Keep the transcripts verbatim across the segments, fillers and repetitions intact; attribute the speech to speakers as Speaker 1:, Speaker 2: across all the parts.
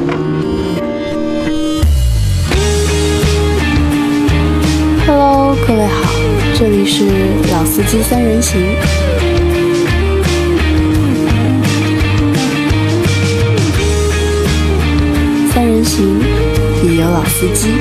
Speaker 1: Hello， 各位好，这里是老司机三人行。三人行，也有老司机。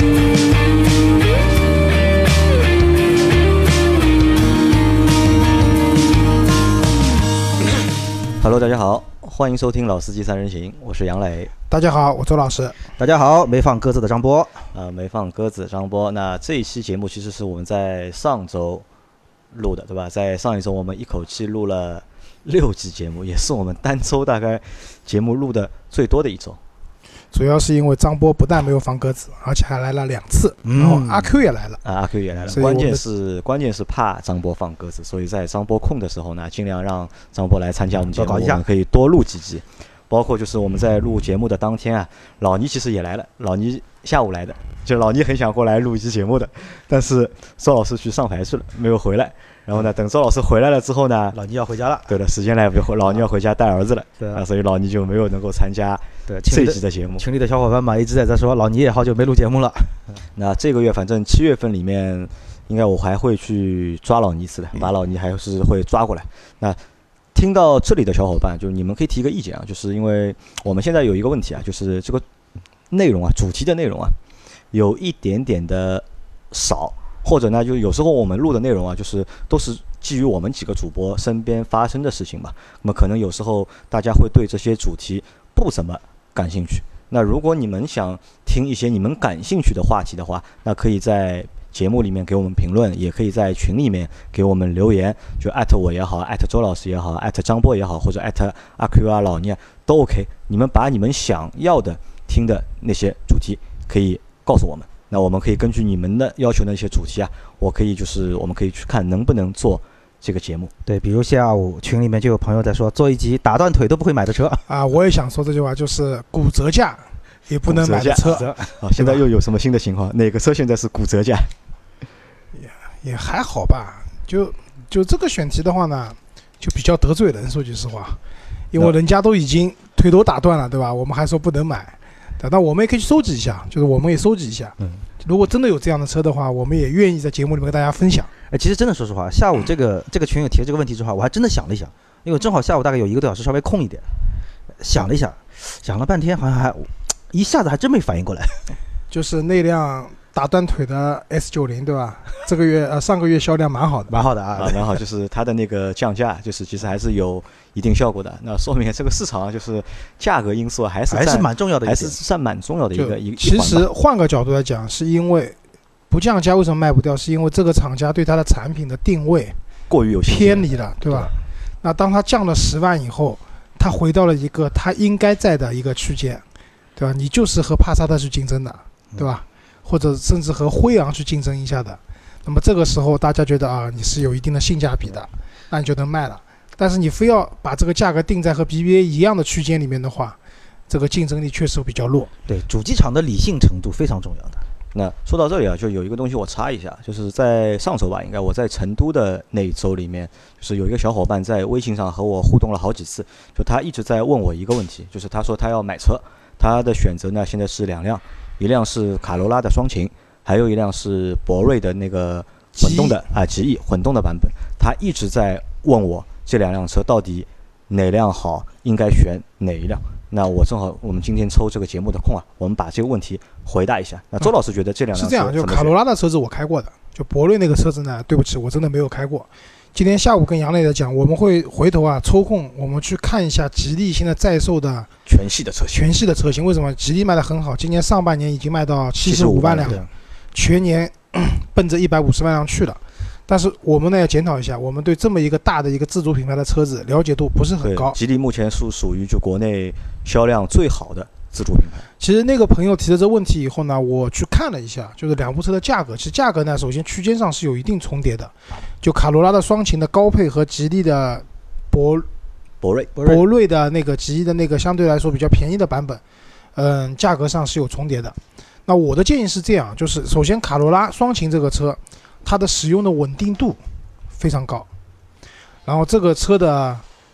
Speaker 2: Hello， 大家好，欢迎收听老司机三人行，我是杨磊。
Speaker 3: 大家好，我周老师。
Speaker 4: 大家好，没放鸽子的张波。
Speaker 2: 呃，没放鸽子张波。那这一期节目其实是我们在上周录的，对吧？在上一周我们一口气录了六集节目，也是我们单周大概节目录的最多的一周。
Speaker 3: 主要是因为张波不但没有放鸽子，而且还来了两次，嗯、然后阿 Q 也来了
Speaker 2: 啊，阿 Q 也来了。关键是关键是怕张波放鸽子，所以在张波空的时候呢，尽量让张波来参加我们节目，我们可以多录几集。包括就是我们在录节目的当天啊，老倪其实也来了，老倪下午来的，就老倪很想过来录一期节目的，但是周老师去上牌去了，没有回来。然后呢，等周老师回来了之后呢，
Speaker 4: 老倪要回家了。
Speaker 2: 对的，时间来不老倪要回家带儿子了，对啊，所以老倪就没有能够参加这一期的节目。
Speaker 4: 群里的小伙伴嘛，一直在在说老倪也好久没录节目了。
Speaker 2: 那这个月反正七月份里面，应该我还会去抓老倪一次的，把老倪还是会抓过来。那听到这里的小伙伴，就你们可以提一个意见啊，就是因为我们现在有一个问题啊，就是这个内容啊，主题的内容啊，有一点点的少。或者呢，就有时候我们录的内容啊，就是都是基于我们几个主播身边发生的事情嘛。那么可能有时候大家会对这些主题不怎么感兴趣。那如果你们想听一些你们感兴趣的话题的话，那可以在节目里面给我们评论，也可以在群里面给我们留言，就艾特我也好，艾特周老师也好，艾特张波也好，或者艾特阿 Q 啊、老聂都 OK。你们把你们想要的听的那些主题可以告诉我们。那我们可以根据你们的要求的一些主题啊，我可以就是我们可以去看能不能做这个节目。
Speaker 4: 对，比如下午群里面就有朋友在说做一集打断腿都不会买的车
Speaker 3: 啊，我也想说这句话，就是骨折价也不能买的车
Speaker 2: 啊。现在又有什么新的情况？哪个车现在是骨折价？
Speaker 3: 也也还好吧，就就这个选题的话呢，就比较得罪人，说句实话，因为人家都已经腿都打断了，对吧？我们还说不能买。那我们也可以去收集一下，就是我们也收集一下。嗯，如果真的有这样的车的话，我们也愿意在节目里面跟大家分享。
Speaker 4: 哎，其实真的说实话，下午这个这个群友提了这个问题之后，我还真的想了一想，因为正好下午大概有一个多小时稍微空一点，想了一下，想了半天，好像还一下子还真没反应过来。
Speaker 3: 就是那辆打断腿的 S 九十 对吧？这个月呃上个月销量蛮好的，
Speaker 4: 蛮好的啊，
Speaker 2: 啊蛮好，就是它的那个降价，就是其实还是有一定效果的。那说明这个市场就是价格因素还是
Speaker 4: 还是蛮重要的，
Speaker 2: 还是占蛮重要的一个一个。
Speaker 3: 其实换个角度来讲，是因为不降价为什么卖不掉？是因为这个厂家对它的产品的定位
Speaker 2: 过于有
Speaker 3: 偏离了，对吧？那当它降了十万以后，它回到了一个它应该在的一个区间，对吧？你就是和帕萨特去竞争的，对吧？或者甚至和辉昂去竞争一下的。那么这个时候大家觉得啊，你是有一定的性价比的，那你就能卖了。但是你非要把这个价格定在和 B B A 一样的区间里面的话，这个竞争力确实比较弱。
Speaker 4: 对，主机厂的理性程度非常重要的。
Speaker 2: 那说到这里啊，就有一个东西我插一下，就是在上周吧，应该我在成都的那一周里面，就是有一个小伙伴在微信上和我互动了好几次，就他一直在问我一个问题，就是他说他要买车，他的选择呢现在是两辆，一辆是卡罗拉的双擎，还有一辆是博瑞的那个混动的啊极翼混动的版本，他一直在问我这两辆车到底哪辆好，应该选哪一辆。那我正好我们今天抽这个节目的空啊，我们把这个问题回答一下。那周老师觉得这两辆车、嗯、
Speaker 3: 是这样，就卡罗拉的车子我开过的，就博瑞那个车子呢，对不起，我真的没有开过。今天下午跟杨磊在讲，我们会回头啊抽空我们去看一下吉利现在在售的
Speaker 2: 全系的车型。
Speaker 3: 全系的车型为什么吉利卖得很好？今年上半年已经卖到七十五万辆，全年奔着一百五十万辆去了。但是我们呢要检讨一下，我们对这么一个大的一个自主品牌的车子了解度不是很高。
Speaker 2: 吉利目前是属于就国内销量最好的自主品牌。
Speaker 3: 其实那个朋友提了这问题以后呢，我去看了一下，就是两部车的价格，其实价格呢首先区间上是有一定重叠的，就卡罗拉的双擎的高配和吉利的博
Speaker 2: 博瑞
Speaker 3: 博瑞的那个吉利的那个相对来说比较便宜的版本，嗯，价格上是有重叠的。那我的建议是这样，就是首先卡罗拉双擎这个车，它的使用的稳定度非常高，然后这个车的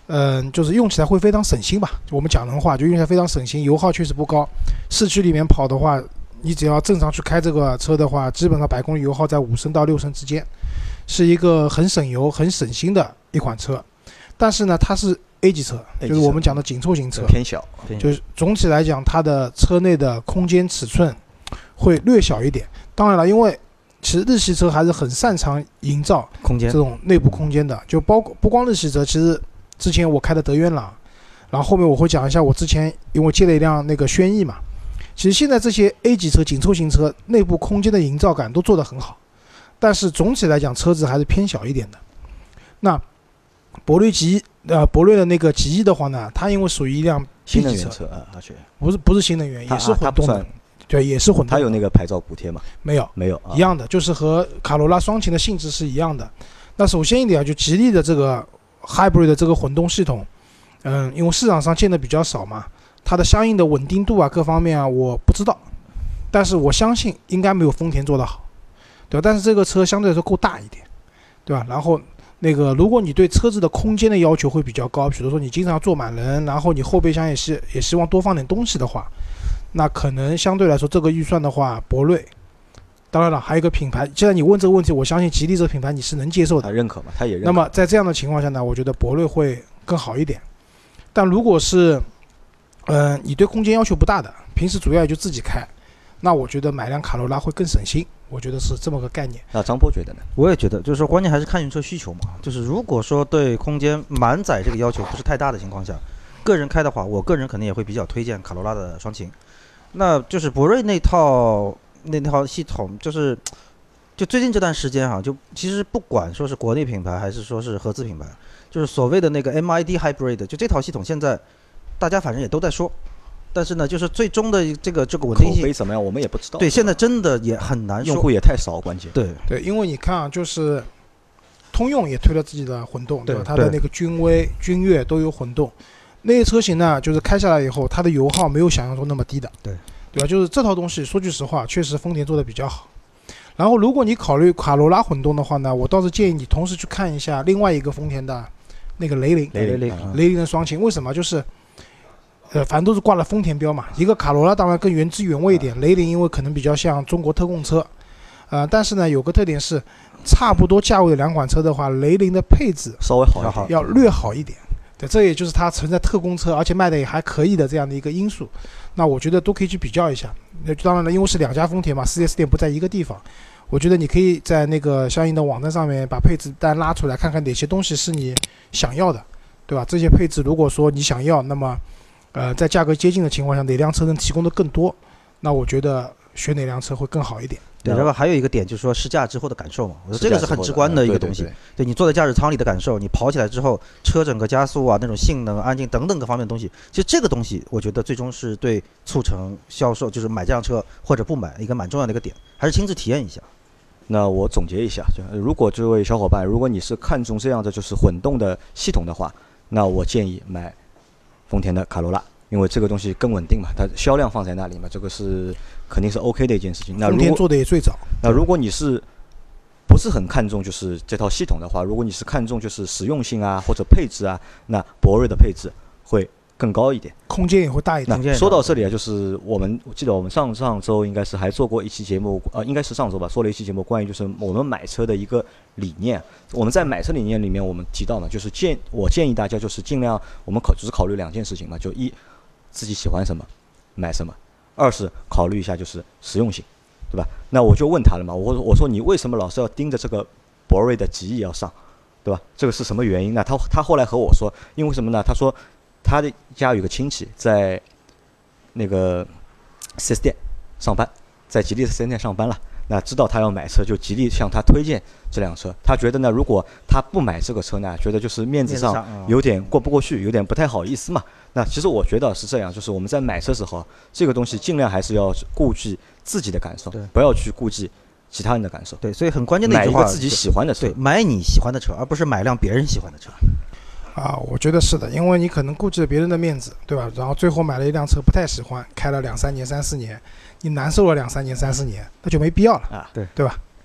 Speaker 3: 嗯、呃，就是用起来会非常省心吧。我们讲人话，就用起来非常省心，油耗确实不高。市区里面跑的话，你只要正常去开这个车的话，基本上百公里油耗在五升到六升之间，是一个很省油、很省心的一款车。但是呢，它是 A 级车，就是我们讲的紧凑型车，
Speaker 2: 偏小，
Speaker 3: 就是总体来讲，它的车内的空间尺寸会略小一点。当然了，因为其实日系车还是很擅长营造
Speaker 4: 空间
Speaker 3: 这种内部空间的，就包括不光日系车，其实之前我开的德渊朗，然后后面我会讲一下我之前因为借了一辆那个轩逸嘛。其实现在这些 A 级车、紧凑型车内部空间的营造感都做得很好，但是总体来讲车子还是偏小一点的。那博瑞极呃博瑞的那个极翼的话呢，它因为属于一辆 B 级车，
Speaker 2: 车啊，而且
Speaker 3: 不是不是新能源，也是混动的，对，也是混动。
Speaker 2: 它有那个牌照补贴吗？
Speaker 3: 没有，
Speaker 2: 没有，
Speaker 3: 一样的，就是和卡罗拉双擎的性质是一样的。那首先一点啊，就吉利的这个 Hybrid 的这个混动系统，嗯，因为市场上见的比较少嘛，它的相应的稳定度啊，各方面啊，我不知道，但是我相信应该没有丰田做得好，对吧？但是这个车相对来说够大一点，对吧？然后那个，如果你对车子的空间的要求会比较高，比如说你经常坐满人，然后你后备箱也是也希望多放点东西的话，那可能相对来说这个预算的话，博瑞。当然了，还有一个品牌，既然你问这个问题，我相信吉利这个品牌你是能接受的，
Speaker 2: 他认可嘛？他也认可。
Speaker 3: 那么在这样的情况下呢，我觉得博瑞会更好一点。但如果是，嗯、呃，你对空间要求不大的，平时主要也就自己开，那我觉得买辆卡罗拉会更省心。我觉得是这么个概念。
Speaker 2: 那张波觉得呢？
Speaker 4: 我也觉得，就是说关键还是看用车需求嘛。就是如果说对空间满载这个要求不是太大的情况下，个人开的话，我个人可能也会比较推荐卡罗拉的双擎。那就是博瑞那套那套系统，就是就最近这段时间哈，就其实不管说是国内品牌还是说是合资品牌，就是所谓的那个 M I D Hybrid， 就这套系统现在大家反正也都在说。但是呢，就是最终的这个这个稳定性
Speaker 2: 口碑怎么样，我们也不知道。
Speaker 4: 对，现在真的也很难说，
Speaker 2: 用户也太少，关键。
Speaker 4: 对
Speaker 3: 对，因为你看啊，就是通用也推了自己的混动，对吧？它的那个君威、君越都有混动，那些车型呢，就是开下来以后，它的油耗没有想象中那么低的，
Speaker 4: 对
Speaker 3: 对吧？就是这套东西，说句实话，确实丰田做的比较好。然后，如果你考虑卡罗拉混动的话呢，我倒是建议你同时去看一下另外一个丰田的那个雷凌，
Speaker 2: 雷
Speaker 4: 凌，
Speaker 3: 雷凌的双擎，为什么？就是呃，反正都是挂了丰田标嘛。一个卡罗拉当然更原汁原味一点，雷凌因为可能比较像中国特供车，呃，但是呢有个特点是，差不多价位的两款车的话，雷凌的配置
Speaker 2: 稍微好一点，
Speaker 3: 要略好一点。对，这也就是它存在特供车，而且卖的也还可以的这样的一个因素。那我觉得都可以去比较一下。那当然了，因为是两家丰田嘛，四 S 店不在一个地方，我觉得你可以在那个相应的网站上面把配置单拉出来，看看哪些东西是你想要的，对吧？这些配置如果说你想要，那么呃，在价格接近的情况下，哪辆车能提供的更多？那我觉得选哪辆车会更好一点。
Speaker 4: 对，然后还有一个点就是说试驾之后的感受嘛，我觉得这个是很直观的一个东西。
Speaker 2: 对, 对, 对,
Speaker 4: 对你坐在驾驶舱里的感受，你跑起来之后，车整个加速啊，那种性能、安静等等各方面的东西，其实这个东西我觉得最终是对促成销售，就是买这辆车或者不买一个蛮重要的一个点，还是亲自体验一下。
Speaker 2: 那我总结一下，就如果这位小伙伴，如果你是看中这样的就是混动的系统的话，那我建议买丰田的卡罗拉，因为这个东西更稳定嘛，它销量放在那里嘛，这个是肯定是 OK 的一件事情。那如果
Speaker 3: 丰田做的也最早。
Speaker 2: 那如果你是不是很看重就是这套系统的话，如果你是看重就是实用性啊或者配置啊，那博瑞的配置会更高一点，
Speaker 3: 空间也会大一点。
Speaker 2: 那说到这里啊，就是我们我记得我们上上周应该是还做过一期节目，呃，应该是上周吧，做了一期节目关于就是我们买车的一个理念。我们在买车理念里面，我们提到呢，就是建我建议大家就是尽量我们考只是考虑两件事情嘛，就一自己喜欢什么买什么，二是考虑一下就是实用性，对吧？那我就问他了嘛，我我说你为什么老是要盯着这个博瑞的极翼要上，对吧？这个是什么原因呢？他他后来和我说，因为什么呢？他说他的家有个亲戚在那个四 S 店上班，在吉利四 S 店上班了。那知道他要买车，就极力向他推荐这辆车。他觉得呢，如果他不买这个车呢，觉得就是面子上有点过不过去，有点不太好意思嘛。那其实我觉得是这样，就是我们在买车时候，这个东西尽量还是要顾及自己的感受，不要去顾及其他人的感受。
Speaker 4: 对，所以很关键的一句话，
Speaker 2: 买一个自己喜欢的车，
Speaker 4: 对，买你喜欢的车，而不是买辆别人喜欢的车。
Speaker 3: 啊，我觉得是的，因为你可能顾及了别人的面子，对吧？然后最后买了一辆车不太喜欢，开了两三年、三四年，你难受了两三年、三四年，那就没必要了
Speaker 2: 啊。
Speaker 3: 对，对吧？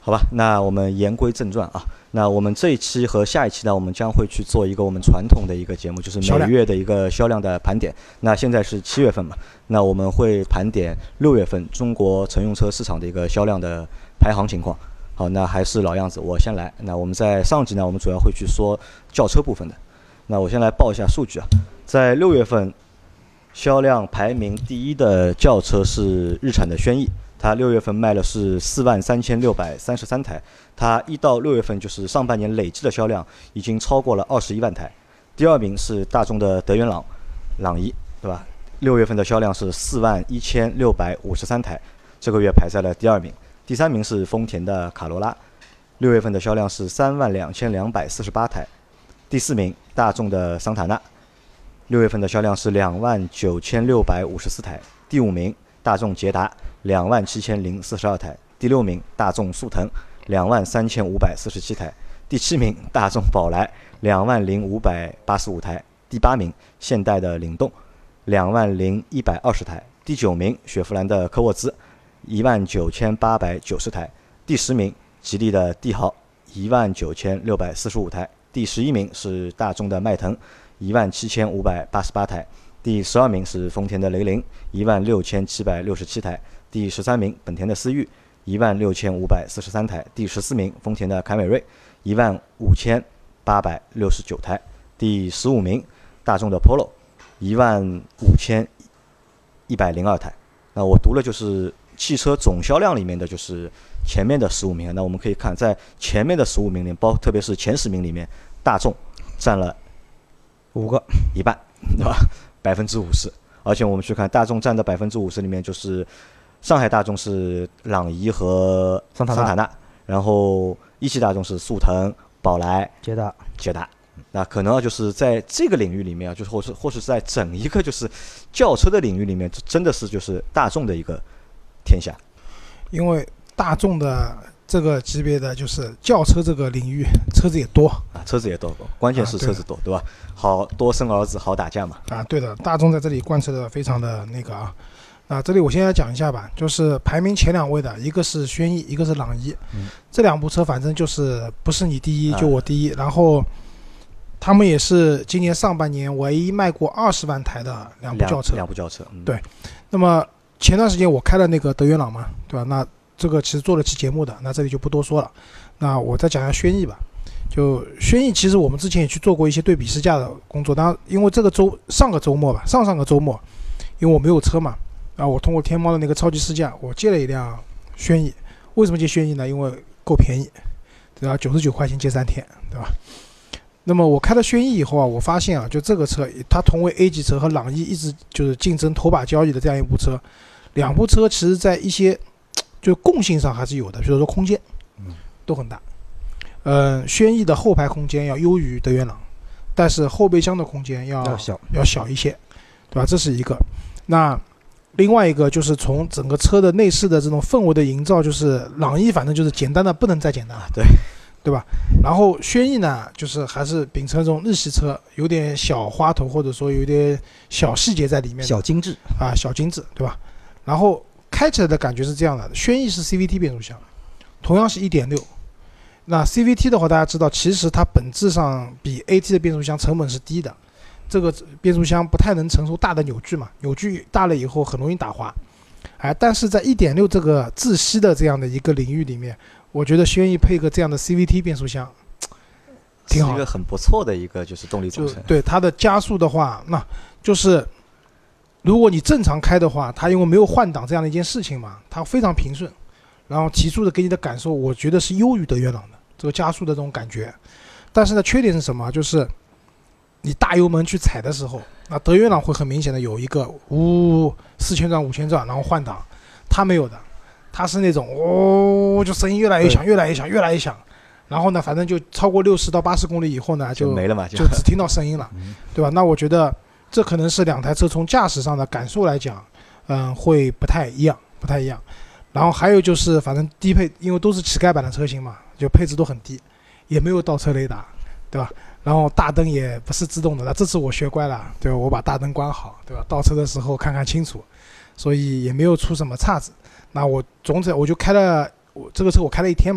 Speaker 2: 好吧，那我们言归正传啊。那我们这一期和下一期呢，我们将会去做一个我们传统的一个节目，就是每月的一个销量的盘点。那现在是七月份嘛，那我们会盘点六月份中国乘用车市场的一个销量的排行情况。好，那还是老样子，我先来。那我们在上集呢，我们主要会去说轿车部分的。那我先来报一下数据啊，在六月份销量排名第一的轿车是日产的轩逸。它六月份卖了是四万三千六百三十三台，它一到六月份就是上半年累计的销量已经超过了二十一万台。第二名是大众的德源朗，朗逸，对吧？六月份的销量是四万一千六百五十三台，这个月排在了第二名。第三名是丰田的卡罗拉，六月份的销量是三万两千两百四十八台。第四名大众的桑塔纳，六月份的销量是两万九千六百五十四台。第五名大众捷达，两万七千零四十二台。第六名大众速腾，两万三千五百四十七台。第七名大众宝来，两万零五百八十五台。第八名现代的领动，两万零一百二十台。第九名雪佛兰的科沃兹，一万九千八百九十台。第十名吉利的帝豪，一万九千六百四十五台。第十一名是大众的迈腾，一万七千五百八十八台。第十二名是丰田的雷凌，一万六千七百六十七台。第十三名本田的思域，一万六千五百四十三台。第十四名丰田的凯美瑞，一万五千八百六十九台。第十五名大众的 Polo， 一万五千一百零二台。那我读了就是汽车总销量里面的就是前面的十五名。那我们可以看在前面的十五名里面，包特别是前十名里面，大众占了
Speaker 4: 五个
Speaker 2: 一半，对吧？百分之五十。而且我们去看大众占的百分之五十里面，就是上海大众是朗逸和桑塔纳，然后一汽大众是速腾、宝来、
Speaker 4: 捷达、
Speaker 2: 捷达。那可能就是在这个领域里面啊，就是或是或是在整一个就是轿车的领域里面，真的是就是大众的一个天下。
Speaker 3: 因为大众的这个级别的就是轿车这个领域，车子也多
Speaker 2: 啊，车子也多，关键是车子多，啊、对, 对吧？好多生儿子好打架嘛。
Speaker 3: 啊，对的，大众在这里贯彻的非常的那个啊。那这里我先来讲一下吧，就是排名前两位的，一个是轩逸，一个是朗逸。嗯、这两部车反正就是不是你第一就我第一，啊、然后他们也是今年上半年唯一卖过二十万台的两部轿车。
Speaker 2: 两部轿车，嗯、
Speaker 3: 对。那么前段时间我开了那个德源朗嘛，对吧？那这个其实做了期节目的，那这里就不多说了。那我再讲一下轩逸吧。就轩逸，其实我们之前也去做过一些对比试驾的工作。当然，因为这个周上个周末吧，上上个周末，因为我没有车嘛，然后我通过天猫的那个超级试驾，我借了一辆轩逸。为什么借轩逸呢？因为够便宜，对吧？九十九块钱借三天，对吧？那么我开了轩逸以后啊，我发现啊，就这个车，它同为 A 级车和朗逸一直就是竞争头把交椅的这样一部车，两部车其实在一些就共性上还是有的，比如说空间，都很大。呃，轩逸的后排空间要优于德源朗，但是后备箱的空间要
Speaker 4: 要小
Speaker 3: 要小一些，对吧？这是一个。那另外一个就是从整个车的内饰的这种氛围的营造，就是朗逸反正就是简单的不能再简单了，
Speaker 2: 对
Speaker 3: 对吧？然后轩逸呢，就是还是秉承这种日系车，有点小花头或者说有点小细节在里面，
Speaker 4: 小精致
Speaker 3: 啊，小精致，对吧？然后开起来的感觉是这样的，轩逸是 C V T 变速箱，同样是 一点六。那 C V T 的话，大家知道，其实它本质上比 A T 的变速箱成本是低的。这个变速箱不太能承受大的扭矩嘛，扭矩大了以后很容易打滑。哎，但是在 一点六 这个自吸的这样的一个领域里面，我觉得轩逸配个这样的 C V T 变速箱，挺好，
Speaker 2: 是一个很不错的一个就是动力总成。
Speaker 3: 对它的加速的话，那就是如果你正常开的话，它因为没有换挡这样的一件事情嘛，它非常平顺。然后提速的给你的感受，我觉得是优于德源朗的这个加速的这种感觉。但是呢，缺点是什么？就是你大油门去踩的时候，那德源朗会很明显的有一个呜四千转五千转，然后换挡，它没有的，它是那种哦，就声音越来越响，越来越响，越来越响。然后呢，反正就超过六十到八十公里以后呢，就
Speaker 2: 没了嘛，就
Speaker 3: 就只听到声音了，对吧？那我觉得这可能是两台车从驾驶上的感受来讲，嗯，会不太一样，不太一样。然后还有就是，反正低配，因为都是乞丐版的车型嘛，就配置都很低，也没有倒车雷达，对吧？然后大灯也不是自动的，那这次我学乖了，对吧？我把大灯关好，对吧？倒车的时候看看清楚，所以也没有出什么岔子。那我总体我就开了，我这个车我开了一天嘛，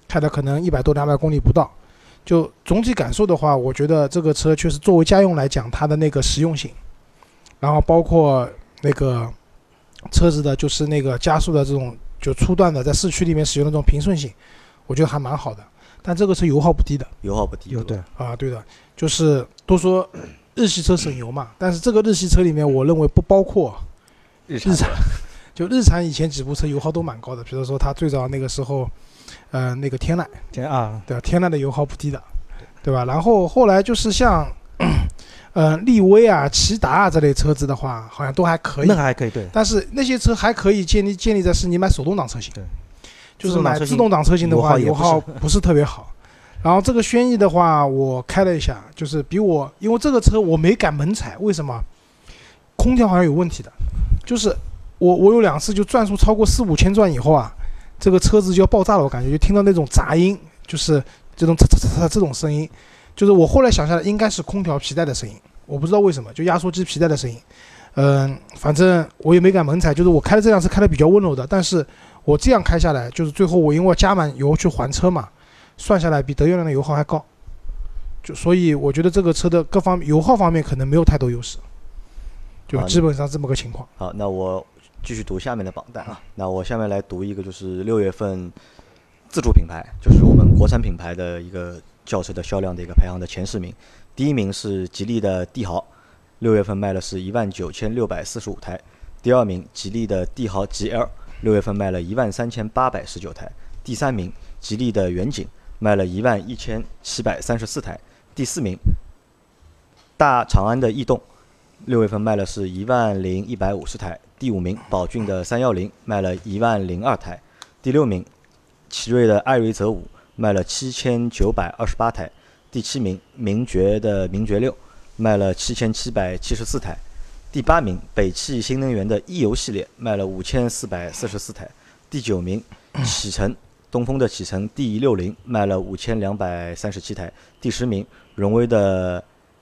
Speaker 3: 开的可能一百多两百公里不到。就总体感受的话，我觉得这个车确实作为家用来讲，它的那个实用性，然后包括那个车子的就是那个加速的这种就初段的在市区里面使用的这种平顺性，我觉得还蛮好的。但这个车油耗不低的，
Speaker 2: 油耗不低，
Speaker 4: 有对
Speaker 3: 啊，对的，就是都说日系车省油嘛，但是这个日系车里面，我认为不包括
Speaker 2: 日
Speaker 3: 产。就日产以前几部车油耗都蛮高的，比如说它最早那个时候，呃，那个天籁，
Speaker 4: 天啊，
Speaker 3: 对吧？天籁的油耗不低的，对吧？然后后来就是像，呃，力威啊、骐达啊这类车子的话，好像都还可以，
Speaker 4: 那个还可以，对。
Speaker 3: 但是那些车还可以建立建立在是你买手动挡车型，
Speaker 4: 对，
Speaker 3: 就是买自动挡车型的话，油耗不是特别好。然后这个轩逸的话，我开了一下，就是比我，因为这个车我没敢猛踩，为什么？空调好像有问题的，就是我我有两次就转速超过四五千转以后啊，这个车子就要爆炸了，我感觉就听到那种杂音，就是这种嚓嚓嚓嚓这种声音，就是我后来想下来应该是空调皮带的声音，我不知道为什么，就压缩机皮带的声音。嗯，反正我也没敢猛踩，就是我开的这辆车开的比较温柔的，但是我这样开下来，就是最后我因为我加满油去还车嘛，算下来比德源的油耗还高，就所以我觉得这个车的各方面油耗方面可能没有太多优势，就基本上这么个情况。
Speaker 2: 好，那我继续读下面的榜单啊。那我下面来读一个，就是六月份自主品牌，就是我们国产品牌的一个轿车的销量的一个排行的前十名。第一名是吉利的帝豪，六月份卖了是一万九千六百四十五台。第二名吉利的帝豪 G L， 六月份卖了一万三千八百十九台。第三名吉利的远景卖了一万一千七百三十四台。第四名大长安的逸动，六月份卖了是一万零一百五十台。第五名宝骏的三一零卖了一万零二台。第六名奇瑞的艾瑞泽五卖了七千九百二十八台。第七名名爵的名爵六卖了七千七百七十四台。第八名北汽新能源的 E 油系列卖了五千四百四十四台。第九名启辰东风的启辰 D 一六零卖了五千两百三十七台。第十名荣威的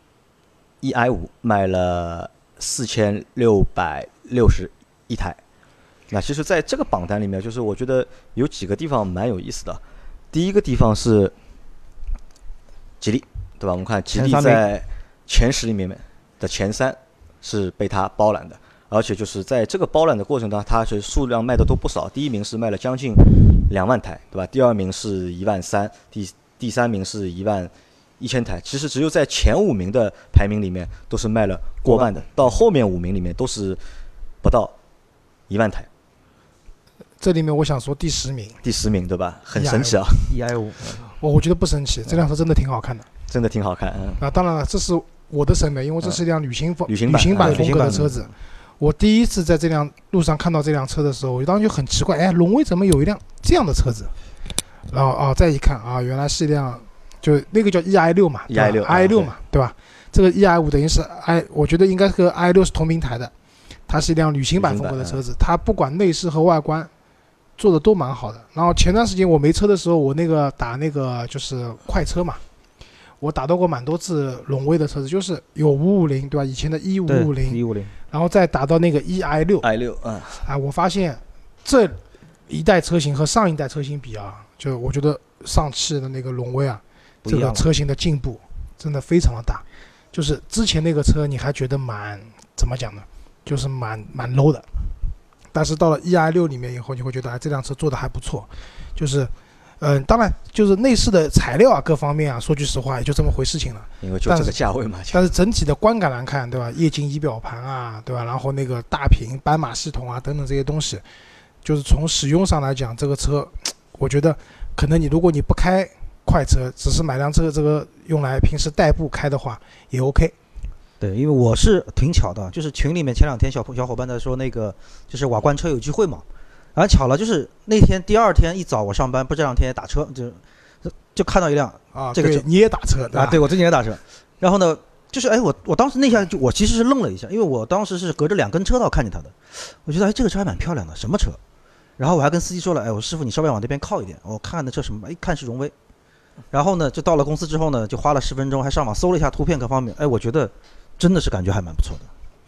Speaker 2: E I 五卖了四千六百六十一台。那其实在这个榜单里面，就是我觉得有几个地方蛮有意思的。第一个地方是吉利，对吧？我们看吉利在前十里面的前三是被它包揽的，而且就是在这个包揽的过程当中，它是数量卖的都不少。第一名是卖了将近两万台，对吧？第二名是一万三，第第三名是一万一千台。其实只有在前五名的排名里面都是卖了过万的，到后面五名里面都是不到一万台。
Speaker 3: 这里面我想说第十名，
Speaker 2: 第十名对吧？很神奇啊
Speaker 4: ！E I 五，
Speaker 3: 我我觉得不神奇，这辆车真的挺好看的，
Speaker 2: 真的挺好看。嗯，
Speaker 3: 啊，当然了，这是我的审美，因为这是一辆旅行风、
Speaker 2: 旅行
Speaker 3: 旅行版风格的
Speaker 2: 啊
Speaker 3: 车子。我第一次在这辆路上看到这辆车的时候，我当时就很奇怪，哎，荣威怎么有一辆这样的车子？然后啊，再一看啊，原来是一辆，就那个叫 E I 六嘛
Speaker 2: ，E I 六
Speaker 3: ，I 六嘛，对吧？这个 E I 五等于是 I， 我觉得应该和 I 六是同平台的，它是一辆旅行版风格的车子，它不管内饰和外观做的都蛮好的。然后前段时间我没车的时候，我那个打那个就是快车嘛。我打到过蛮多次荣威的车子，就是有五五零对吧？以前的一五五零，
Speaker 4: 一五零，
Speaker 3: 然后再打到那个 E I 六
Speaker 2: ，I 六，嗯，
Speaker 3: 啊，我发现这一代车型和上一代车型比啊，就我觉得上汽的那个荣威啊，这个车型的进步真的非常的大。就是之前那个车你还觉得蛮怎么讲呢？就是蛮蛮 low 的，但是到了 E I 六里面以后，你会觉得哎，这辆车做的还不错，就是。嗯，当然就是内饰的材料啊，各方面啊，说句实话也就这么回事情了。
Speaker 2: 因为就这个价位嘛。
Speaker 3: 但是整体的观感来看，对吧？液晶仪表盘啊，对吧？然后那个大屏斑马系统啊，等等这些东西，就是从使用上来讲，这个车，我觉得可能你如果你不开快车，只是买辆车这个用来平时代步开的话，也 OK。
Speaker 4: 对，因为我是挺巧的，就是群里面前两天小小伙伴在说那个，就是瓦罐车友聚会嘛。然后巧了，就是那天第二天一早我上班，不这两天也打车，就就看到一辆
Speaker 3: 啊，
Speaker 4: 这个
Speaker 3: 你也打车
Speaker 4: 啊？对，我最近也打车。然后呢，就是哎，我我当时那下就我其实是愣了一下，因为我当时是隔着两根车道看见他的，我觉得哎这个车还蛮漂亮的，什么车？然后我还跟司机说了，哎，我师傅你稍微往那边靠一点，我看看那车什么，一看是荣威。然后呢，就到了公司之后呢，就花了十分钟，还上网搜了一下图片各方面，哎，我觉得真的是感觉还蛮不错的。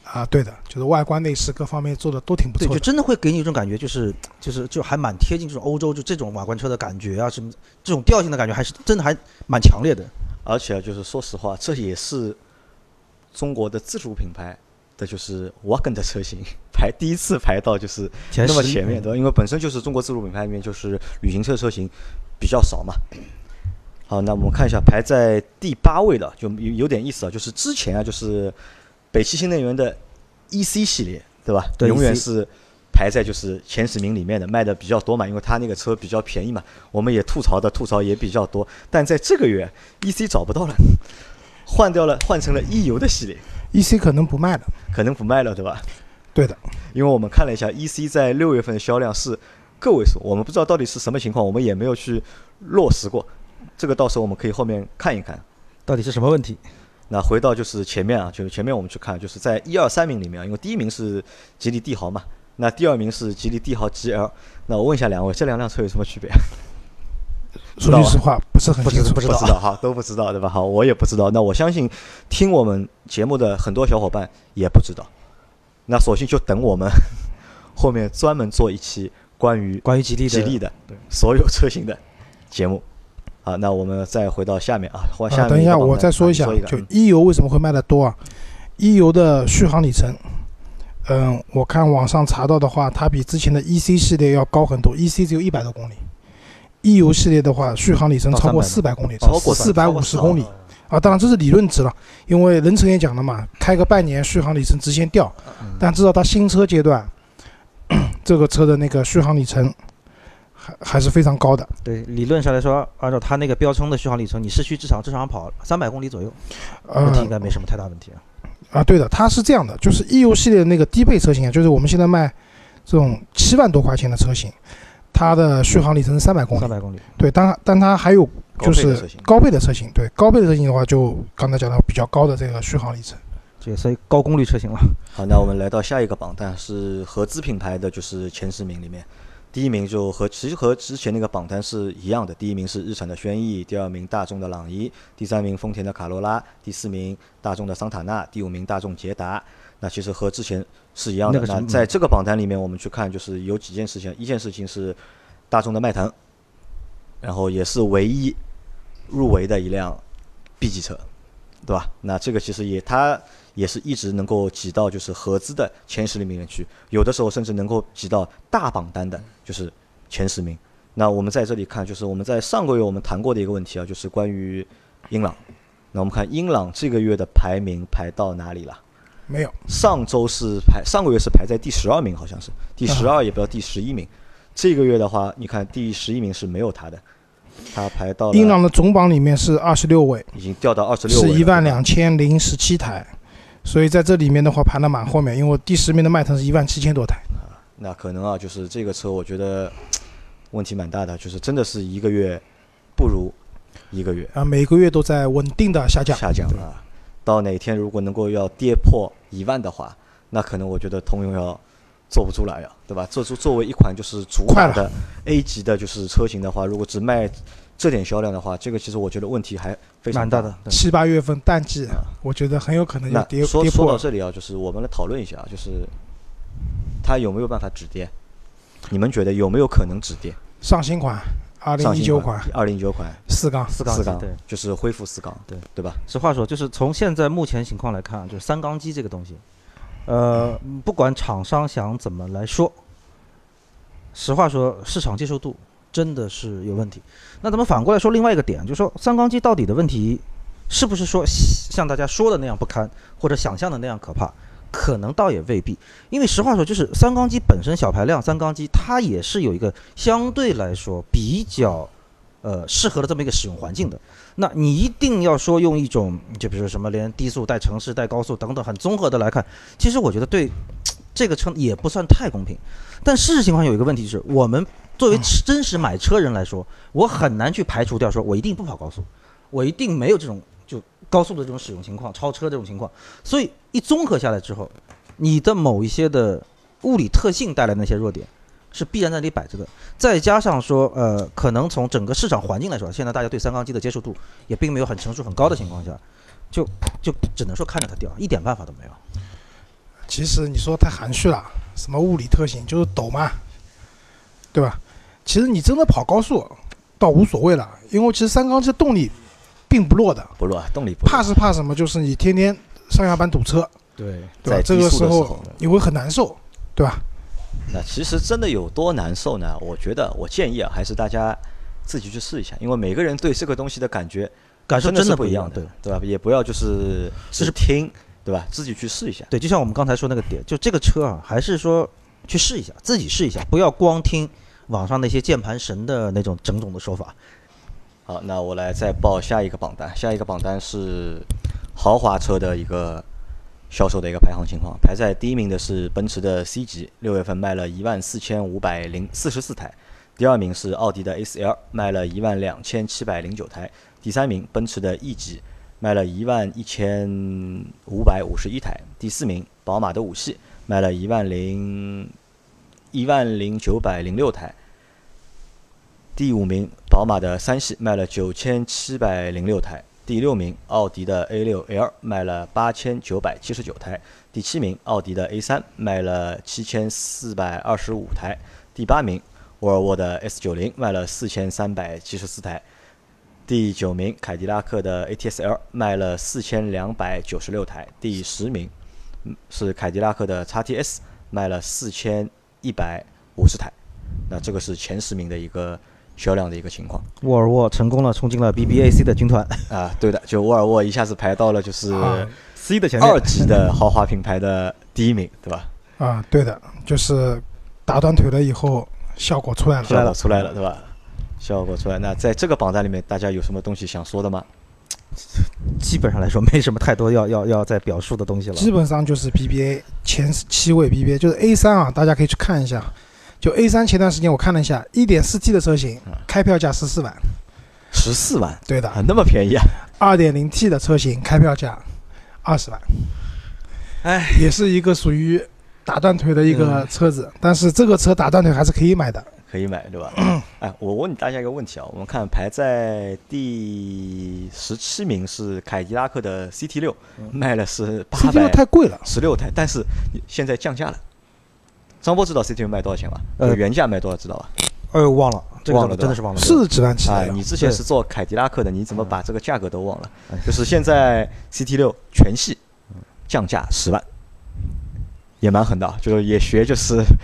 Speaker 3: 啊，对的，就是外观内饰各方面做的都挺不错
Speaker 4: 对，
Speaker 3: 的，
Speaker 4: 就真的会给你一种感觉，就是就是就还蛮贴近这种欧洲就这种瓦罐车的感觉啊，什么这种调性的感觉，还是真的还蛮强烈的。
Speaker 2: 而且啊，就是说实话，这也是中国的自主品牌的就是 Wagon 的车型排第一次排到就是那么前面，对吧？因为本身就是中国自主品牌里面就是旅行车车型比较少嘛。好，那我们看一下排在第八位的，就有有点意思啊，就是之前啊，就是北汽新能源的 E C 系列，对吧？
Speaker 4: 对，
Speaker 2: 永远是排在就是前十名里面的，卖的比较多嘛，因为它那个车比较便宜嘛。我们也吐槽的吐槽也比较多，但在这个月 E C 找不到了，换掉了，换成了 E 油的系列。
Speaker 3: E C 可能不卖了，
Speaker 2: 可能不卖了，对吧？
Speaker 3: 对的，
Speaker 2: 因为我们看了一下 E C 在六月份的销量是个位数，我们不知道到底是什么情况，我们也没有去落实过。这个到时候我们可以后面看一看，
Speaker 4: 到底是什么问题。
Speaker 2: 那回到就是前面啊，就是前面我们去看，就是在一二三名里面，因为第一名是吉利帝豪嘛，那第二名是吉利帝豪 G L。那我问一下两位，这两辆车有什么区别？
Speaker 3: 说句实话，不是很清楚，
Speaker 2: 不知道，不知道哈，都不知道对吧？好，我也不知道。那我相信听我们节目的很多小伙伴也不知道。那索性就等我们后面专门做一期关于
Speaker 4: 关于吉利的
Speaker 2: 吉利的所有车型的节目。好，那我们再回到下面啊，或下面、
Speaker 3: 啊、等一下我再说一下，
Speaker 2: 一
Speaker 3: 就 E 油为什么会卖得多啊 ？E 油的续航里程，嗯，我看网上查到的话，它比之前的 E C 系列要高很多 ，E C 只有一百多公里。E 油系列的话，续航里程超过四百公里，超过四百五十公里啊！当然这是理论值了，因为任成也讲了嘛，开个半年续航里程直线掉，但至少它新车阶段，这个车的那个续航里程还还是非常高的。
Speaker 4: 对，理论上来说，按照它那个标称的续航里程，你市区至少正常跑三百公里左右，问题应该没什么太大问题啊。
Speaker 3: 啊，对的，它是这样的，就是 E 油系列的那个低配车型啊，就是我们现在卖这种七万多块钱的车型。它的续航里程是三百公里，
Speaker 4: 三百公里，
Speaker 3: 对，但但它还有就是高配的车型，对，高配的车型的话，就刚才讲到比较高的这个续航里程，
Speaker 4: 这也算高功率车型了。
Speaker 2: 好，那我们来到下一个榜单，是合资品牌的，就是前十名里面，第一名就和其实和之前那个榜单是一样的，第一名是日产的轩逸，第二名大众的朗逸，第三名丰田的卡罗拉，第四名大众的桑塔纳，第五名大众捷达。那其实和之前是一样的。那在这个榜单里面，我们去看，就是有几件事情。一件事情是大众的迈腾，然后也是唯一入围的一辆 B 级车，对吧？那这个其实也它也是一直能够挤到就是合资的前十里面去，有的时候甚至能够挤到大榜单的就是前十名。那我们在这里看，就是我们在上个月我们谈过的一个问题啊，就是关于英朗。那我们看英朗这个月的排名排到哪里了？
Speaker 3: 没有，
Speaker 2: 上周是排，上个月是排在第十二名，好像是第十二，也不要第十一名。啊、这个月的话，你看第十一名是没有他的，他排到
Speaker 3: 英朗的总榜里面是二十六位，
Speaker 2: 已经掉到二十六位了，
Speaker 3: 是一万两千零十七台，所以在这里面的话排得蛮后面，因为第十名的迈腾是一万七千多台。
Speaker 2: 啊，那可能啊，就是这个车，我觉得问题蛮大的，就是真的是一个月不如一个月
Speaker 3: 啊，每个月都在稳定的下降，
Speaker 2: 下降啊。到哪天如果能够要跌破一万的话，那可能我觉得通用要做不出来呀，对吧？作作为一款就是主打的 A 级的就是车型的话，如果只卖这点销量的话，这个其实我觉得问题还非常
Speaker 4: 大的。
Speaker 3: 七八月份淡季，啊、我觉得很有可能要跌
Speaker 2: 说
Speaker 3: 跌破。
Speaker 2: 说到这里啊，就是我们来讨论一下，就是它有没有办法止跌？你们觉得有没有可能止跌？
Speaker 3: 上新款。二零一九款，
Speaker 2: 二零一九款
Speaker 3: 四缸，
Speaker 4: 四缸，
Speaker 2: 四缸，
Speaker 4: 对，
Speaker 2: 就是恢复四缸，对，对吧？
Speaker 4: 实话说，就是从现在目前情况来看，就是三缸机这个东西，呃，不管厂商想怎么来说，实话说，市场接受度真的是有问题。那咱们反过来说另外一个点，就是说三缸机到底的问题，是不是说像大家说的那样不堪，或者想象的那样可怕？可能倒也未必，因为实话说，就是三缸机本身小排量三缸机，它也是有一个相对来说比较呃适合的这么一个使用环境的。那你一定要说用一种，就比如说什么连低速带城市带高速等等很综合的来看，其实我觉得对这个车也不算太公平。但事实情况有一个问题是，我们作为真实买车人来说，我很难去排除掉说我一定不跑高速，我一定没有这种就高速的这种使用情况，超车这种情况，所以一综合下来之后，你的某一些的物理特性带来的那些弱点是必然在那里摆着的，再加上说，呃，可能从整个市场环境来说，现在大家对三缸机的接受度也并没有很成熟很高的情况下，就就只能说看着它掉，一点办法都没有。
Speaker 3: 其实你说太含蓄了，什么物理特性就是抖嘛，对吧？其实你真的跑高速倒无所谓了，因为其实三缸机动力并不弱的，
Speaker 2: 不弱，动力不弱。
Speaker 3: 怕是怕什么？就是你天天上下班堵车，
Speaker 2: 对，
Speaker 3: 对吧？
Speaker 2: 在
Speaker 3: 这个时
Speaker 2: 低速的时
Speaker 3: 候你会很难受，对吧？
Speaker 2: 那其实真的有多难受呢？我觉得，我建议啊，还是大家自己去试一下，因为每个人对这个东西的感觉
Speaker 4: 感受
Speaker 2: 真的是
Speaker 4: 的一
Speaker 2: 不样的，
Speaker 4: 对
Speaker 2: 对吧？也不要就是只听，对吧？自己去试一下。
Speaker 4: 对，就像我们刚才说那个点，就这个车啊，还是说去试一下，自己试一下，不要光听网上那些键盘神的那种整种的说法。
Speaker 2: 好，那我来再报下一个榜单，下一个榜单是豪华车的一个销售的一个排行情况，排在第一名的是奔驰的 C 级，六月份卖了一万四千五百零四十四台。第二名是奥迪的 A 四 L， 卖了一万两千七百零九台。第三名奔驰的 E 级，卖了一万一千五百五十一台。第四名宝马的五系，卖了一万零一万零九百零六台。第五名宝马的三系，卖了九千七百零六台。第六名奥迪的 A 六 L 卖了八千九百七十九台。第七名奥迪的 A 三卖了七千四百二十五台。第八名沃尔沃的 S 九十 卖了四千三百七十四台。第九名凯迪拉克的 A T S L 卖了四千两百九十六台。第十名是凯迪拉克的 X T S 卖了四千一百五十台。那这个是前十名的一个销量的一个情况。
Speaker 4: 沃尔沃成功了冲进了 B B A C 的军团
Speaker 2: 啊，对的，就沃尔沃一下子排到了就是
Speaker 4: C 的前面，
Speaker 2: 二级的豪华品牌的第一名，对吧？
Speaker 3: 啊，对的，就是打断腿了以后效果出来了，
Speaker 2: 效果出来了，对吧？效果出来。那在这个榜单里面，大家有什么东西想说的吗？
Speaker 4: 基本上来说没什么太多要要要再表述的东西了。
Speaker 3: 基本上就是 B B A 前七位 B B A 就是 A 三啊，大家可以去看一下。就 A 三前段时间我看了一下 一点四 T 的车型开票价十四万，
Speaker 2: 十四万，
Speaker 3: 对的，
Speaker 2: 啊，那么便宜啊！
Speaker 3: 二点零 T 的车型开票价二十万，
Speaker 4: 哎，
Speaker 3: 也是一个属于打断腿的一个车子，嗯、但是这个车打断腿还是可以买的，
Speaker 2: 可以买，对吧？哎，我问大家一个问题啊，我们看排在第十七名是凯迪拉克的 C T 六，卖了是八百
Speaker 3: C T 六太贵了，
Speaker 2: 十六台，但是现在降价了。张波知道 C T 六卖多少钱吗？
Speaker 4: 呃，
Speaker 2: 原价卖多少知道吧？
Speaker 4: 呃，忘了，这个
Speaker 2: 忘了，
Speaker 4: 真的是忘了。
Speaker 3: 是几万起来？
Speaker 2: 啊，你之前是做凯迪拉克的，你怎么把这个价格都忘了？就是现在 C T 六全系降价十万，也蛮狠的，就是也学就是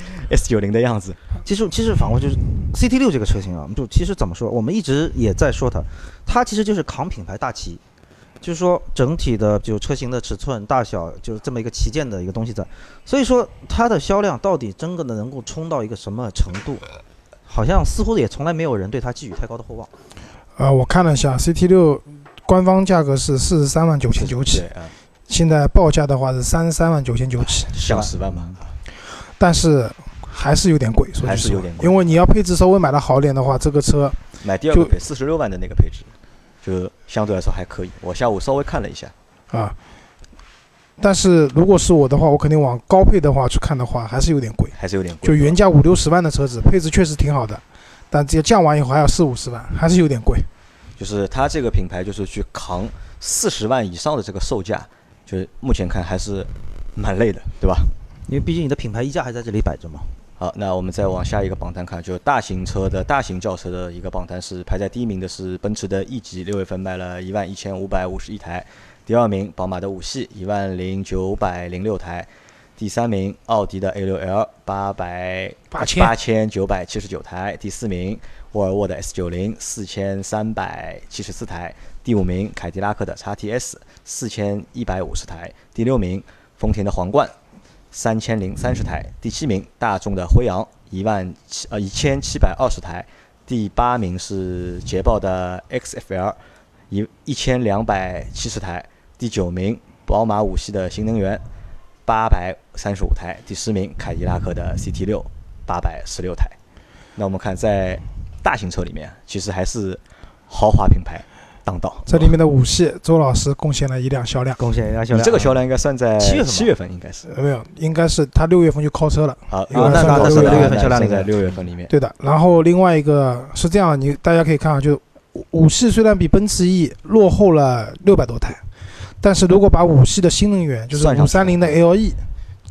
Speaker 2: S 九十 的样子。
Speaker 4: 其实其实反过就是 C T 六这个车型啊，就其实怎么说，我们一直也在说它，它其实就是扛品牌大旗。就是说，整体的就车型的尺寸大小，就是这么一个旗舰的一个东西在，所以说它的销量到底真的能够冲到一个什么程度，好像似乎也从来没有人对它寄予太高的厚望。
Speaker 3: 呃，我看了一下 C T 六官方价格是四十三万九千九起，现在报价的话是三十三万九千九起，
Speaker 2: 降十万嘛，
Speaker 3: 但是还是有点贵，说句
Speaker 2: 还是有点贵，
Speaker 3: 因为你要配置稍微买的好一点的话，这个车
Speaker 2: 买第二个配四十六万的那个配置。就相对来说还可以，我下午稍微看了一下，
Speaker 3: 啊，但是如果是我的话，我肯定往高配的话去看的话，还是有点贵，
Speaker 2: 还是有点贵。
Speaker 3: 就原价五六十万的车子，配置确实挺好的，但这降完以后还要四五十万，还是有点贵。
Speaker 2: 就是它这个品牌就是去扛四十万以上的这个售价，就是目前看还是蛮累的，对吧？
Speaker 4: 因为毕竟你的品牌溢价还在这里摆着嘛。
Speaker 2: 好，那我们再往下一个榜单看，就大型车的大型轿车的一个榜单是排在第一名的是奔驰的 E 级，六月份卖了一万一千五百五十一台。第二名宝马的五系一万零九百零六台。第三名奥迪的 A 六 L 八百八千九百七十九台。第四名沃尔沃的 S 九十 四千三百七十四台。第五名凯迪拉克的 X T S 四千一百五十台。第六名丰田的皇冠三千零三十台。第七名大众的辉昂一万七呃一千七百二十台。第八名是捷豹的 X F L 一一千两百七十台。第九名宝马五系的新能源八百三十五台。第十名凯迪拉克的 C T 六八百十六台。那我们看在大型车里面，其实还是豪华品牌当道。
Speaker 3: 这里面的五系，周老师贡献了一辆销量，
Speaker 4: 贡献一辆销量。
Speaker 2: 你这个销量应该算在
Speaker 4: 七月份，
Speaker 2: 七月份应该是
Speaker 3: 没有，应该是他六月份就靠车了。
Speaker 2: 好，
Speaker 4: 啊，那那那是六月份销量里
Speaker 2: 在六月份里面。
Speaker 3: 对的。然后另外一个是这样，你大家可以看啊，就五系虽然比奔驰 E 落后了六百多台，但是如果把五系的新能源，就是五三零的 L E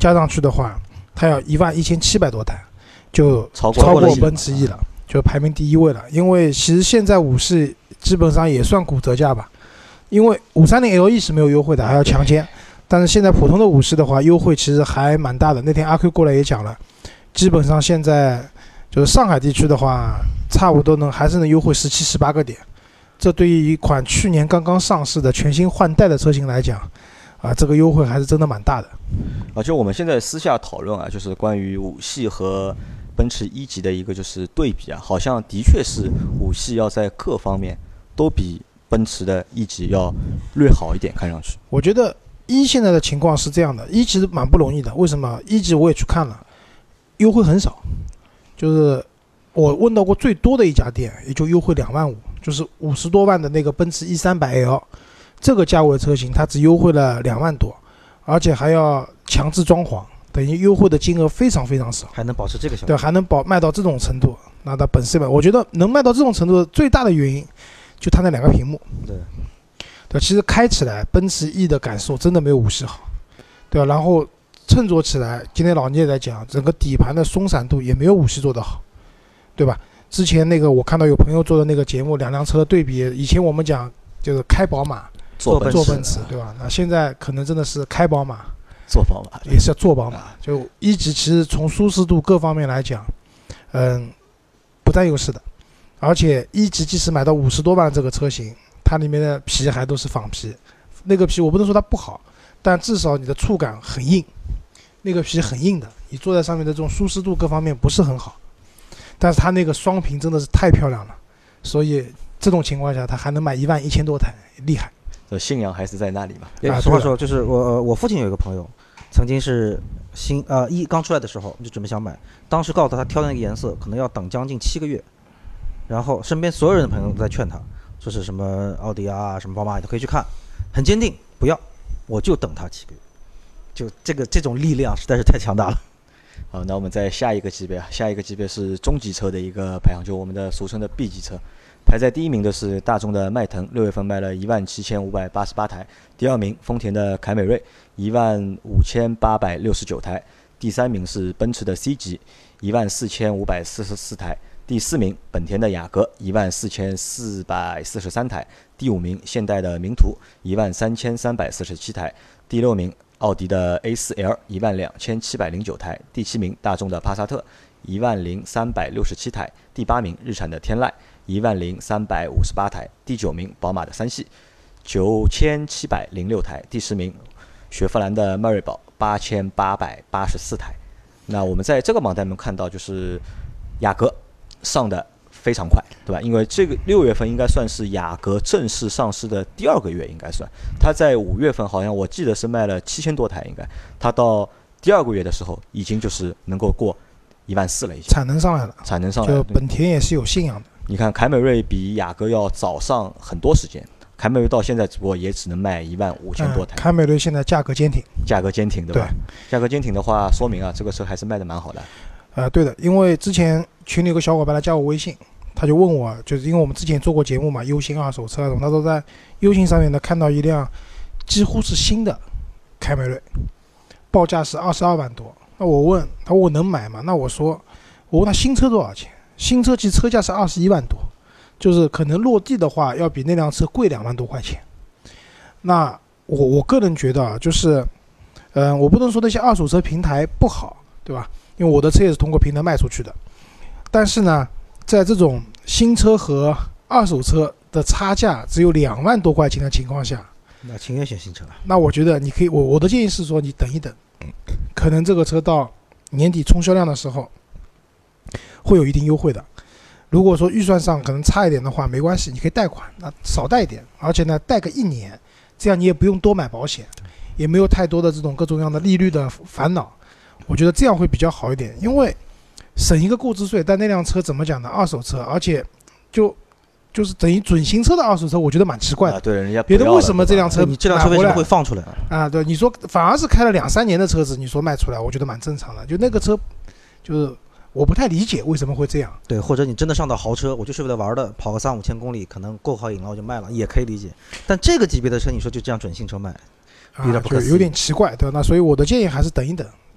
Speaker 3: 加上去的话，它要一万一千七百多台，就
Speaker 2: 超
Speaker 3: 过超过
Speaker 2: 过了
Speaker 3: 奔驰 E 了，就排名第一位了。因为其实现在五系基本上也算骨折价吧，因为五三零 L E 是没有优惠的，还要强奸。但是现在普通的五系的话，优惠其实还蛮大的。那天阿 Q 过来也讲了，基本上现在就是上海地区的话，差不多能还是能优惠十七、十八个点。这对于一款去年刚刚上市的全新换代的车型来讲，啊，这个优惠还是真的蛮大的。
Speaker 2: 啊，就我们现在私下讨论啊，就是关于五系和奔驰一级的一个就是对比啊，好像的确是五系要在各方面都比奔驰的一级要略好一点，看上去。
Speaker 3: 我觉得一现在的情况是这样的，一其实蛮不容易的。为什么？一级我也去看了，优惠很少，就是我问到过最多的一家店，也就优惠两万五，就是五十多万的那个奔驰 E 三百 L， 这个价位车型它只优惠了两万多，而且还要强制装潢，等于优惠的金额非常非常少，
Speaker 4: 还能保持这个效果，
Speaker 3: 对，还能保卖到这种程度。那它本身吧，我觉得能卖到这种程度的最大的原因，就它那两个屏幕。
Speaker 4: 对。
Speaker 3: 对，其实开起来奔驰 E 的感受真的没有五系好，对吧？然后乘坐起来，今天老聂在讲，整个底盘的松散度也没有五系做得好，对吧？之前那个我看到有朋友做的那个节目，两辆车的对比，以前我们讲就是开宝马
Speaker 2: 坐奔驰，
Speaker 3: 坐奔驰，对吧？那现在可能真的是开宝马
Speaker 2: 坐宝马，
Speaker 3: 也是要坐宝马。就一级其实从舒适度各方面来讲，嗯，不占优势的，而且一级即使买到五十多万这个车型，它里面的皮还都是仿皮，那个皮我不能说它不好，但至少你的触感很硬，那个皮很硬的，你坐在上面的这种舒适度各方面不是很好。但是它那个双屏真的是太漂亮了，所以这种情况下它还能卖一万一千多台，厉害。
Speaker 2: 这信仰还是在那里嘛。
Speaker 3: 啊，
Speaker 4: 实话说，就是我我父亲有一个朋友，曾经是新呃一刚出来的时候就准备想买，当时告诉他挑的那个颜色可能要等将近七个月，然后身边所有人的朋友都在劝他。说是什么奥迪啊，什么宝马都可以去看，很坚定，不要，我就等它七个月，就这个这种力量实在是太强大了。
Speaker 2: 好，那我们在下一个级别啊，下一个级别是中级车的一个排行，就我们的俗称的 B 级车。排在第一名的是大众的迈腾，六月份卖了一万七千五百八十八台；第二名丰田的凯美瑞，一万五千八百六十九台；第三名是奔驰的 C 级，一万四千五百四十四台。第四名本田的雅阁一万四千四百四十三台，第五名现代的名图一万三千三百四十七台，第六名奥迪的 A 四 L 一万两千七百零九台，第七名大众的帕萨特一万零三百六十七台，第八名日产的天籁一万零三百五十八台，第九名宝马的三系九千七百零六台，第十名雪佛兰的迈锐宝八千八百八十四台。那我们在这个榜单中看到，就是雅阁上的非常快，对吧？因为这个六月份应该算是雅阁正式上市的第二个月，应该算。它在五月份好像我记得是卖了七千多台，应该它到第二个月的时候已经就是能够过一万四了，已经
Speaker 3: 产能上来了，
Speaker 2: 产能上来了。
Speaker 3: 就本田也是有信仰的。
Speaker 2: 你看凯美瑞比雅阁要早上很多时间，凯美瑞到现在只不过也只能卖一万五千多台、
Speaker 3: 嗯。凯美瑞现在价格坚挺，
Speaker 2: 价格坚挺，对吧？
Speaker 3: 对，
Speaker 2: 价格坚挺的话，说明啊这个车还是卖的蛮好的。
Speaker 3: 呃，对的，因为之前群里有个小伙伴来加我微信，他就问我，就是因为我们之前做过节目嘛，优信二手车那种，他说在优信上面呢看到一辆几乎是新的凯美瑞，报价是二十二万多。那我问他，我能买吗？那我说，我问他新车多少钱？新车其实车价是二十一万多，就是可能落地的话要比那辆车贵两万多块钱。那我我个人觉得啊，就是，嗯、呃，我不能说那些二手车平台不好，对吧？因为我的车也是通过平台卖出去的，但是呢，在这种新车和二手车的差价只有两万多块钱的情况下，
Speaker 4: 那情愿选新车了。
Speaker 3: 那我觉得你可以，我我的建议是说，你等一等，可能这个车到年底冲销量的时候会有一定优惠的。如果说预算上可能差一点的话，没关系，你可以贷款，那少贷一点，而且呢，贷个一年，这样你也不用多买保险，也没有太多的这种各种各样的利率的烦恼。我觉得这样会比较好一点，因为省一个购置税，但那辆车怎么讲呢？二手车，而且就就是等于准新车的二手车，我觉得蛮奇怪的。
Speaker 2: 啊、对，人家
Speaker 3: 别的为什么这辆车
Speaker 4: 你这辆车为什么会放出来
Speaker 3: 啊？对，你说反而是开了两三年的车子，你说卖出来，我觉得蛮正常的。就那个车，就是我不太理解为什么会这样。
Speaker 4: 对，或者你真的上到豪车，我就是为了玩的，跑个三五千公里，可能够好瘾了我就卖了，也可以理解。但这个级别的车，你说就这样准新车卖，
Speaker 3: 啊，就有点奇怪，对吧？那所以我的建议还是等一等。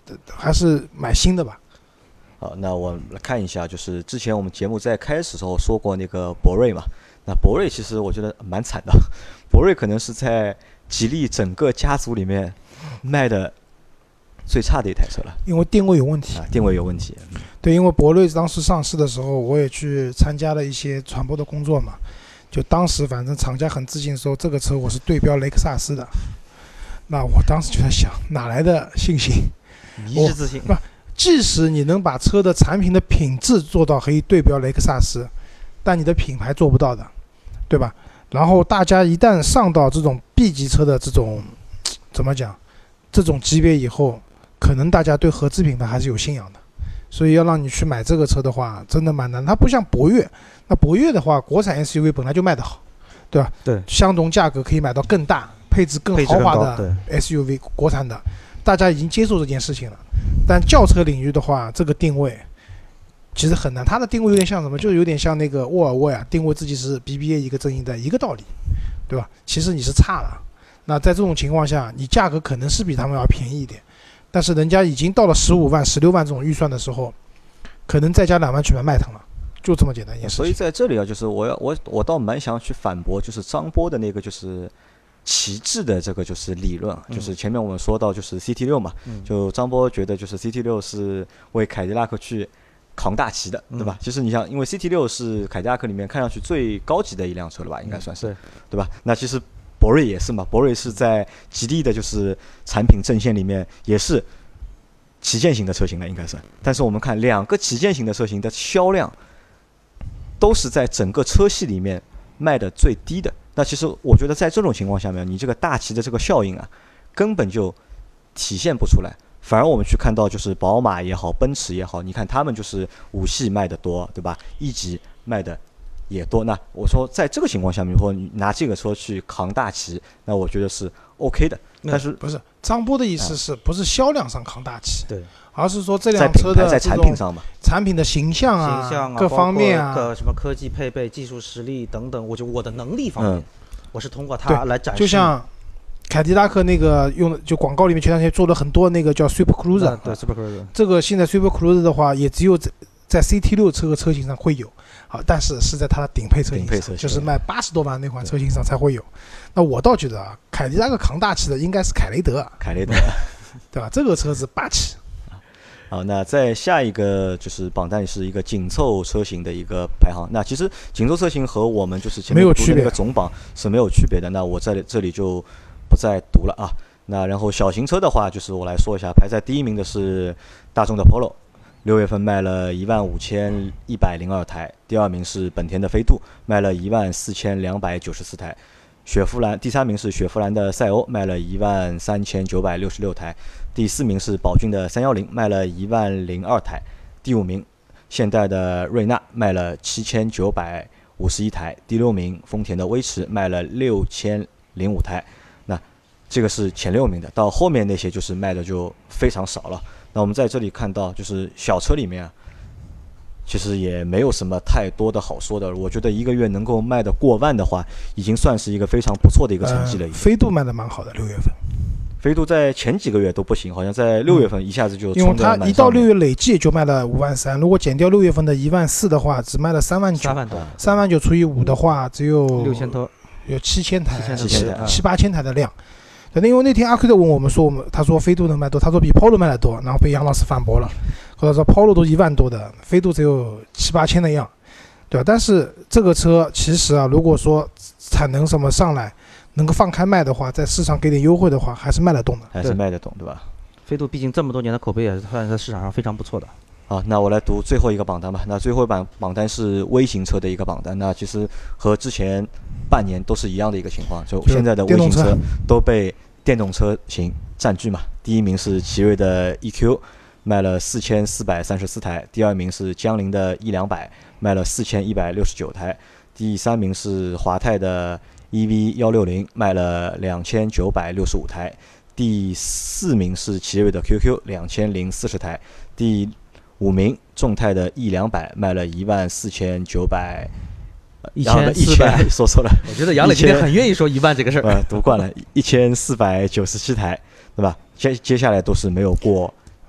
Speaker 3: 还是买新的吧。
Speaker 2: 好，那我们来看一下，就是之前我们节目在开始的时候说过那个博瑞嘛，那博瑞其实我觉得蛮惨的，博瑞可能是在吉利整个家族里面卖的最差的一台车了，
Speaker 3: 因为定位有问题
Speaker 2: 啊，定位有问题。
Speaker 3: 对，因为博瑞当时上市的时候，我也去参加了一些传播的工作嘛，就当时反正厂家很自信说这个车我是对标雷克萨斯的，那我当时就在想，哪来的信心？
Speaker 4: 迷之自信。
Speaker 3: 不，即使你能把车的产品的品质做到可以对标雷克萨斯，但你的品牌做不到的，对吧？然后大家一旦上到这种 B 级车的这种怎么讲，这种级别以后，可能大家对合资品牌还是有信仰的，所以要让你去买这个车的话，真的蛮难。它不像博越，那博越的话，国产 S U V 本来就卖得好，对吧？
Speaker 4: 对，
Speaker 3: 相同价格可以买到更大、配置更豪华的 S U V， 国产的，大家已经接受这件事情了。但轿车领域的话，这个定位其实很难。它的定位有点像什么？就是有点像那个沃尔沃呀，定位自己是 B B A 一个阵营的一个道理，对吧？其实你是差了。那在这种情况下，你价格可能是比他们要便宜一点，但是人家已经到了十五万、十六万这种预算的时候，可能再加两万去买迈腾了，就这么简单一件事情。
Speaker 2: 所以在这里啊，就是我要我我倒蛮想去反驳，就是张波的那个就是旗帜的这个就是理论，
Speaker 4: 嗯、
Speaker 2: 就是前面我们说到就是 C T 六嘛，
Speaker 4: 嗯、
Speaker 2: 就张波觉得就是 C T 六是为凯迪拉克去扛大旗的，对吧？
Speaker 4: 嗯、
Speaker 2: 其实你想，因为 C T 六是凯迪拉克里面看上去最高级的一辆车了吧，应该算是，
Speaker 4: 嗯、对,
Speaker 2: 对吧？那其实博瑞也是嘛，博瑞是在吉利的就是产品阵线里面也是旗舰型的车型了，应该是。但是我们看两个旗舰型的车型的销量，都是在整个车系里面卖的最低的。那其实我觉得在这种情况下面，你这个大旗的这个效应啊，根本就体现不出来。反而我们去看到就是宝马也好，奔驰也好，你看他们就是五系卖的多，对吧？一级卖的也多。那我说在这个情况下面，或你拿这个车去扛大旗，那我觉得是 OK 的。但是
Speaker 3: 不是张波的意思是不是销量上扛大旗？
Speaker 4: 对，
Speaker 3: 而是说这辆车的
Speaker 2: 在产品上嘛，
Speaker 3: 产品的形象啊，
Speaker 4: 形象啊
Speaker 3: 各方面啊，
Speaker 4: 各什么科技配备、技术实力等等，我就我的能力方面，
Speaker 2: 嗯、
Speaker 4: 我是通过它来展示。
Speaker 3: 就像凯迪拉克那个用的，就广告里面前段时间做了很多那个叫 Super Cruiser，、
Speaker 4: 嗯、对 Super Cruiser，
Speaker 3: 这个现在 Super Cruiser 的话，也只有在在 C T 六 车车型上会有，好，但是是在它的顶配车型上，就是卖八十多万那款车型上才会有。那我倒觉得啊，凯迪拉克扛大旗的应该是凯雷德，
Speaker 2: 凯雷德，
Speaker 3: 对吧？这个车子霸气。
Speaker 2: 好，那在下一个就是榜单是一个紧凑车型的一个排行。那其实紧凑车型和我们就是前面读的那个总榜是没有区别的。那我在这里就不再读了啊。那然后小型车的话，就是我来说一下，排在第一名的是大众的 Polo， 六月份卖了一万五千一百零二台。第二名是本田的飞度，卖了一万四千两百九十四台。雪佛兰第三名是雪佛兰的赛欧，卖了一万三千九百六十六台。第四名是宝骏的三一零，卖了一万零二台。第五名现代的瑞纳，卖了七千九百五十一台。第六名丰田的威驰，卖了六千零五台。那这个是前六名的，到后面那些就是卖的就非常少了。那我们在这里看到，就是小车里面啊，其实也没有什么太多的好说的。我觉得一个月能够卖的过万的话，已经算是一个非常不错的一个成绩了。
Speaker 3: 呃、飞度卖的蛮好的，六月份。
Speaker 2: 飞度在前几个月都不行，好像在六月份一下子就冲
Speaker 3: 因为它一到六月累计就卖了五万三，如果减掉六月份的一万四的话，只卖了三万九，
Speaker 4: 三万多，
Speaker 3: 三万九除以五的话，只有
Speaker 4: 六千多，
Speaker 3: 有七千台，
Speaker 2: 七千台，
Speaker 3: 七八千台的量。那因为那天阿 Q 的问我们说，我们他说飞度能卖多，他说比 Polo 卖的多，然后被杨老师反驳了，或者说 Polo 都一万多的，飞度只有七八千的样，对吧？但是这个车其实啊，如果说产能什么上来，能够放开卖的话，在市场给点优惠的话，还是卖得动的，
Speaker 2: 还是卖得动，对吧？
Speaker 4: 飞度毕竟这么多年的口碑也是算在市场上非常不错的。
Speaker 2: 好，那我来读最后一个榜单吧。那最后一榜榜单是微型车的一个榜单，那其实和之前半年都是一样的一个情况，就现在的微型车都被电动车型占据嘛。第一名是奇瑞的 E Q， 卖了四千四百三十四台；第二名是江铃的 E 两百，卖了四千一百六十九台；第三名是华泰的 E V 一六零，卖了两千九百六十五台；第四名是奇瑞的 Q Q， 两千零四十台；第五名众泰的 E 两百，卖了一万四千九百。
Speaker 4: 一千四百，
Speaker 2: 说错了。
Speaker 4: 我觉得杨磊今天很愿意说一万这个事儿。
Speaker 2: 呃，读惯了，一千四百九十七台，对吧？接接下来都是没有过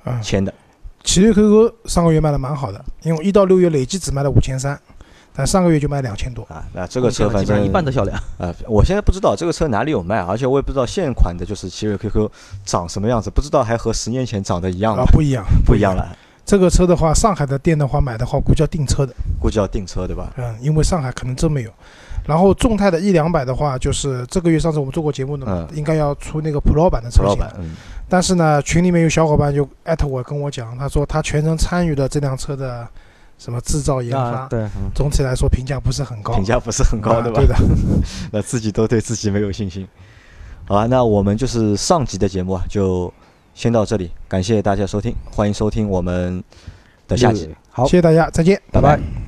Speaker 3: 嗯，
Speaker 2: 签的。
Speaker 3: 奇瑞 Q Q 上个月卖的蛮好的，因为一到六月累计只卖了五千三，但上个月就卖两千多
Speaker 2: 啊。那这个车反正
Speaker 4: 一半的销量
Speaker 2: 啊，我现在不知道这个车哪里有卖，而且我也不知道现款的就是奇瑞 Q Q 长什么样子，不知道还和十年前长得一样吗？
Speaker 3: 啊，不一样，
Speaker 2: 不一样了。
Speaker 3: 这个车的话，上海的店的话买的话，估计要订车的，
Speaker 2: 估计要订车对吧？
Speaker 3: 嗯，因为上海可能真没有。然后众泰的 E 两百的话，就是这个月上次我们做过节目的嘛，
Speaker 2: 嗯、
Speaker 3: 应该要出那个 Pro 版的车型。
Speaker 2: 嗯、
Speaker 3: 但是呢，群里面有小伙伴就艾特我跟我讲，他说他全程参与了这辆车的什么制造研发，
Speaker 4: 啊、对、嗯，
Speaker 3: 总体来说评价不是很高，
Speaker 2: 评价不是很高，
Speaker 3: 啊、
Speaker 2: 对吧？
Speaker 3: 对的，
Speaker 2: 那自己都对自己没有信心。好啊，那我们就是上集的节目啊，就先到这里，感谢大家收听，欢迎收听我们的下集。
Speaker 4: 好，
Speaker 3: 谢谢大家，再见，
Speaker 2: 拜拜。